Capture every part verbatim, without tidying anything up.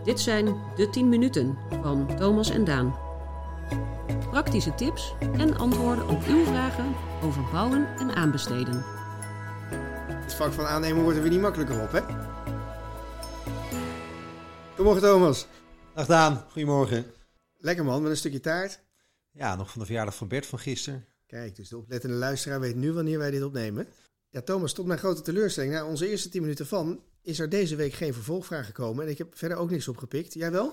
Dit zijn de tien minuten van Thomas en Daan. Praktische tips en antwoorden op uw vragen over bouwen en aanbesteden. Het vak van aannemen wordt er weer niet makkelijker op, hè? Goedemorgen, Thomas. Dag Daan, goedemorgen. Lekker man, met een stukje taart. Ja, nog van de verjaardag van Bert van gisteren. Kijk, dus de oplettende luisteraar weet nu wanneer wij dit opnemen. Ja, Thomas, tot mijn grote teleurstelling, na onze eerste tien minuten van, is er deze week geen vervolgvraag gekomen. En ik heb verder ook niks opgepikt. Jij wel?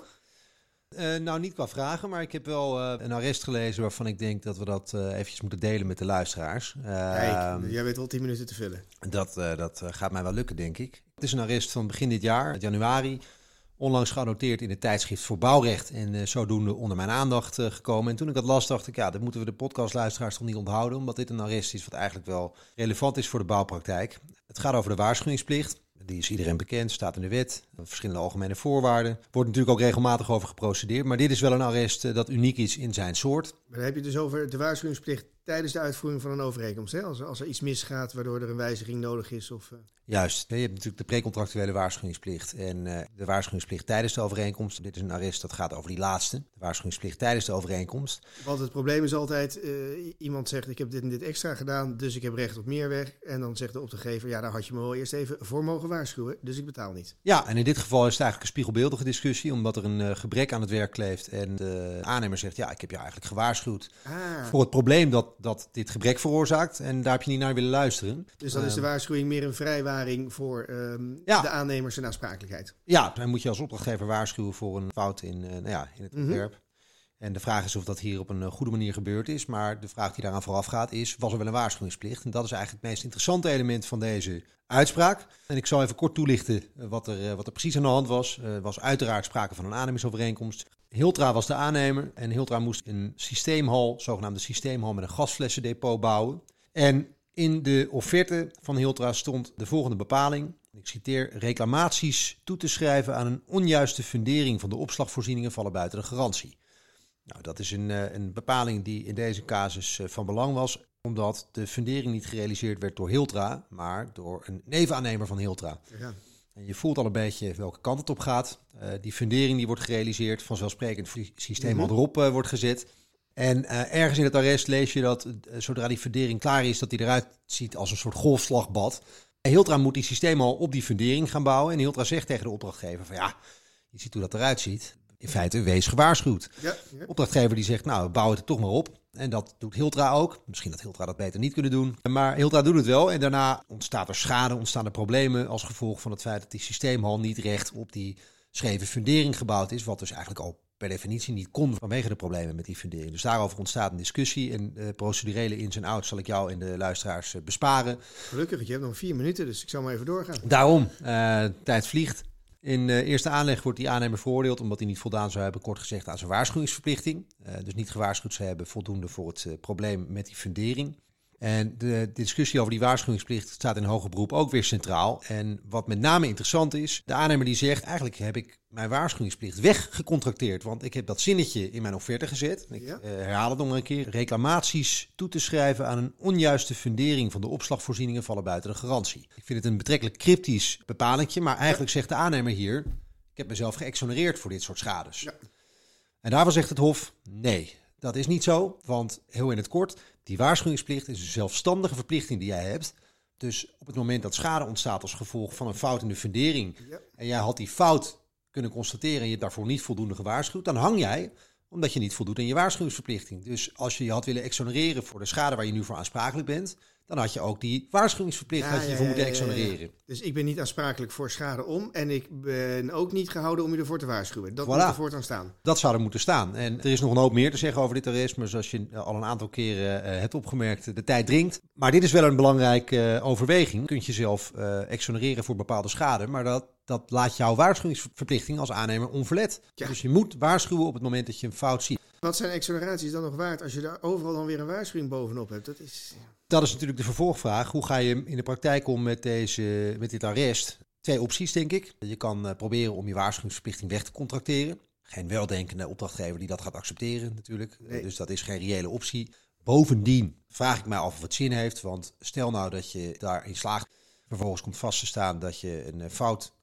Uh, nou, niet qua vragen, maar ik heb wel uh, een arrest gelezen waarvan ik denk dat we dat uh, eventjes moeten delen met de luisteraars. Uh, Kijk, jij weet wel tien minuten te vullen. Dat, uh, dat uh, gaat mij wel lukken, denk ik. Het is een arrest van begin dit jaar, januari. Onlangs geannoteerd in het tijdschrift voor bouwrecht en uh, zodoende onder mijn aandacht uh, gekomen. En toen ik dat las, dacht ik, ja, dat moeten we de podcastluisteraars toch niet onthouden, omdat dit een arrest is wat eigenlijk wel relevant is voor de bouwpraktijk. Het gaat over de waarschuwingsplicht. Die is iedereen bekend, staat in de wet, verschillende algemene voorwaarden. Er wordt natuurlijk ook regelmatig over geprocedeerd, maar dit is wel een arrest uh, dat uniek is in zijn soort. Maar dan heb je het dus over de waarschuwingsplicht tijdens de uitvoering van een overeenkomst. Hè? Als, als er iets misgaat waardoor er een wijziging nodig is. Of, uh... Juist, je hebt natuurlijk de precontractuele waarschuwingsplicht en uh, de waarschuwingsplicht tijdens de overeenkomst. Dit is een arrest dat gaat over die laatste, de waarschuwingsplicht tijdens de overeenkomst. Want het probleem is altijd, uh, iemand zegt ik heb dit en dit extra gedaan, dus ik heb recht op meer weg. En dan zegt de opdrachtgever, ja daar had je me wel eerst even voor mogen waarschuwen, dus ik betaal niet. Ja, en in dit geval is het eigenlijk een spiegelbeeldige discussie, omdat er een uh, gebrek aan het werk kleeft en de aannemer zegt, ja ik heb je eigenlijk gewaarschuwd ah. voor het probleem dat, dat dit gebrek veroorzaakt en daar heb je niet naar willen luisteren. Dus dan is de waarschuwing meer een vrijwaring voor um, ja. de aannemers en aansprakelijkheid. Ja, dan moet je als opdrachtgever waarschuwen voor een fout in, uh, nou ja, in het ontwerp. Mm-hmm. En de vraag is of dat hier op een goede manier gebeurd is. Maar de vraag die daaraan vooraf gaat is, was er wel een waarschuwingsplicht? En dat is eigenlijk het meest interessante element van deze uitspraak. En ik zal even kort toelichten wat er, wat er precies aan de hand was. Er was uiteraard sprake van een aannemersovereenkomst. Hiltra was de aannemer en Hiltra moest een systeemhal, zogenaamde systeemhal met een gasflessendepot bouwen. En in de offerte van Hiltra stond de volgende bepaling. Ik citeer, reclamaties toe te schrijven aan een onjuiste fundering van de opslagvoorzieningen vallen buiten de garantie. Nou, dat is een, een bepaling die in deze casus van belang was, omdat de fundering niet gerealiseerd werd door Hiltra, maar door een nevenaannemer van Hiltra. Ja. En je voelt al een beetje welke kant het op gaat. Uh, die fundering die wordt gerealiseerd, vanzelfsprekend het systeem al erop uh, wordt gezet. En uh, ergens in het arrest lees je dat uh, zodra die fundering klaar is, dat die eruit ziet als een soort golfslagbad. En Hiltra moet die systeem al op die fundering gaan bouwen. En Hiltra zegt tegen de opdrachtgever van ja, je ziet hoe dat eruit ziet. In feite, wees gewaarschuwd. Ja, ja. De opdrachtgever die zegt, nou, bouw het er toch maar op. En dat doet Hiltra ook. Misschien dat Hiltra dat beter niet kunnen doen. Maar Hiltra doet het wel. En daarna ontstaat er schade, ontstaan er problemen als gevolg van het feit dat die systeemhal niet recht op die scheve fundering gebouwd is. Wat dus eigenlijk al per definitie niet kon vanwege de problemen met die fundering. Dus daarover ontstaat een discussie. En uh, procedurele ins en outs zal ik jou en de luisteraars uh, besparen. Gelukkig, je hebt nog vier minuten, dus ik zal maar even doorgaan. Daarom, uh, tijd vliegt. In uh, eerste aanleg wordt die aannemer veroordeeld omdat hij niet voldaan zou hebben, kort gezegd, aan zijn waarschuwingsverplichting. Uh, dus niet gewaarschuwd zou hebben voldoende voor het uh, probleem met die fundering. En de, de discussie over die waarschuwingsplicht staat in hoger beroep ook weer centraal. En wat met name interessant is, de aannemer die zegt, eigenlijk heb ik mijn waarschuwingsplicht weggecontracteerd. Want ik heb dat zinnetje in mijn offerte gezet. Ik ja. uh, herhaal het nog een keer. Reclamaties toe te schrijven aan een onjuiste fundering van de opslagvoorzieningen vallen buiten de garantie. Ik vind het een betrekkelijk cryptisch bepalingje, maar eigenlijk zegt de aannemer hier, ik heb mezelf geëxonereerd voor dit soort schades. Ja. En daarvan zegt het Hof, nee, dat is niet zo. Want heel in het kort, die waarschuwingsplicht is een zelfstandige verplichting die jij hebt. Dus op het moment dat schade ontstaat als gevolg van een fout in de fundering, ja. en jij had die fout kunnen constateren en je hebt daarvoor niet voldoende gewaarschuwd, dan hang jij omdat je niet voldoet aan je waarschuwingsverplichting. Dus als je je had willen exonereren voor de schade waar je nu voor aansprakelijk bent, dan had je ook die waarschuwingsverplicht ja, had je ja, voor ja, moeten exonereren. Ja, ja. Dus ik ben niet aansprakelijk voor schade om en ik ben ook niet gehouden om je ervoor te waarschuwen. Dat voilà. Moet er voortaan staan. Dat zou er moeten staan. En er is nog een hoop meer te zeggen over dit arrest, maar zoals je al een aantal keren uh, hebt opgemerkt, de tijd dringt. Maar dit is wel een belangrijke uh, overweging. Je kunt jezelf uh, exonereren voor bepaalde schade, maar dat, dat laat jouw waarschuwingsverplichting als aannemer onverlet. Ja. Dus je moet waarschuwen op het moment dat je een fout ziet. Wat zijn exoneraties dan nog waard als je daar overal dan weer een waarschuwing bovenop hebt? Dat is... Dat is natuurlijk de vervolgvraag. Hoe ga je in de praktijk om met, deze, met dit arrest? Twee opties, denk ik. Je kan uh, proberen om je waarschuwingsverplichting weg te contracteren. Geen weldenkende opdrachtgever die dat gaat accepteren natuurlijk. Nee. Uh, dus dat is geen reële optie. Bovendien vraag ik mij af of het zin heeft. Want stel nou dat je daarin slaagt, vervolgens komt vast te staan dat je een fout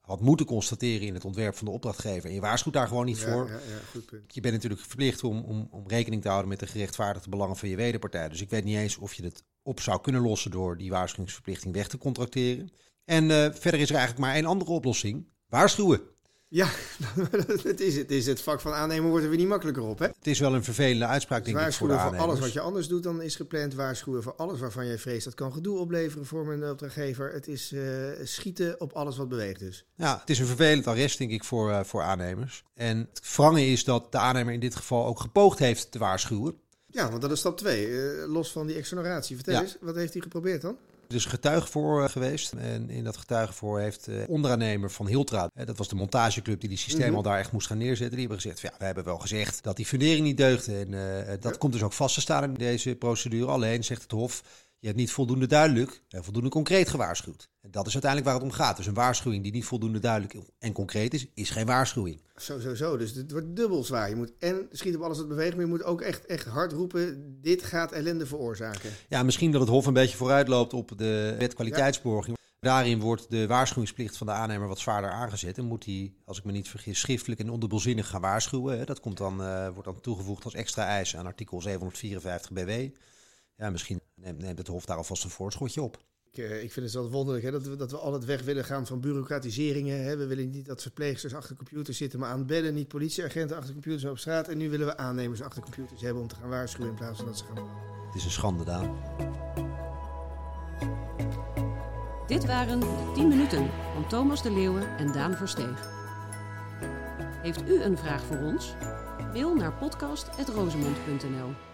had moeten constateren in het ontwerp van de opdrachtgever. En je waarschuwt daar gewoon niet ja, voor. Ja, ja, goed punt. Je bent natuurlijk verplicht om, om, om rekening te houden met de gerechtvaardigde belangen van je wederpartij. Dus ik weet niet eens of je het op zou kunnen lossen door die waarschuwingsverplichting weg te contracteren. En uh, verder is er eigenlijk maar één andere oplossing. Waarschuwen. Ja, het is, het is het vak van aannemer wordt er weer niet makkelijker op, hè? Het is wel een vervelende uitspraak, denk ik, voor de aannemers. Waarschuwen voor alles wat je anders doet dan is gepland. Waarschuwen voor alles waarvan jij vreest dat kan gedoe opleveren voor een opdrachtgever. Het is uh, schieten op alles wat beweegt dus. Ja, het is een vervelend arrest, denk ik, voor, uh, voor aannemers. En het wrange is dat de aannemer in dit geval ook gepoogd heeft te waarschuwen. Ja, want dat is stap twee. Uh, los van die exoneratie. Vertel ja. eens, wat heeft hij geprobeerd dan? Er is een getuigenvoor geweest. En in dat getuigenvoor heeft de onderaannemer van Hiltra, dat was de montageclub die die systeem mm-hmm. al daar echt moest gaan neerzetten. Die hebben gezegd, ja, we hebben wel gezegd dat die fundering niet deugde. En uh, dat ja. komt dus ook vast te staan in deze procedure. Alleen, zegt het Hof, je hebt niet voldoende duidelijk en voldoende concreet gewaarschuwd. En dat is uiteindelijk waar het om gaat. Dus een waarschuwing die niet voldoende duidelijk en concreet is, is geen waarschuwing. Zo, zo, zo. Dus het wordt dubbel zwaar. Je moet en schieten op alles wat beweegt, maar je moet ook echt, echt hard roepen, dit gaat ellende veroorzaken. Ja, misschien dat het Hof een beetje vooruit loopt op de wet kwaliteitsborging. Ja. Daarin wordt de waarschuwingsplicht van de aannemer wat zwaarder aangezet. En moet hij, als ik me niet vergis, schriftelijk en ondubbelzinnig gaan waarschuwen. Dat komt dan, uh, wordt dan toegevoegd als extra eis aan artikel zevenhonderdvierenvijftig B W. Ja, misschien neemt, neemt het Hof daar alvast een voorschotje op. Ik, uh, ik vind het wel wonderlijk hè, dat, we, dat we altijd weg willen gaan van bureaucratiseringen. Hè. We willen niet dat verpleegsters achter computers zitten, maar aan bedden. Niet politieagenten achter computers, maar op straat. En nu willen we aannemers achter computers hebben om te gaan waarschuwen in plaats van dat ze gaan... Het is een schande, Daan. Dit waren de tien minuten van Thomas de Leeuwen en Daan Versteeg. Heeft u een vraag voor ons? Mail naar podcast apenstaartje rosemond punt n l.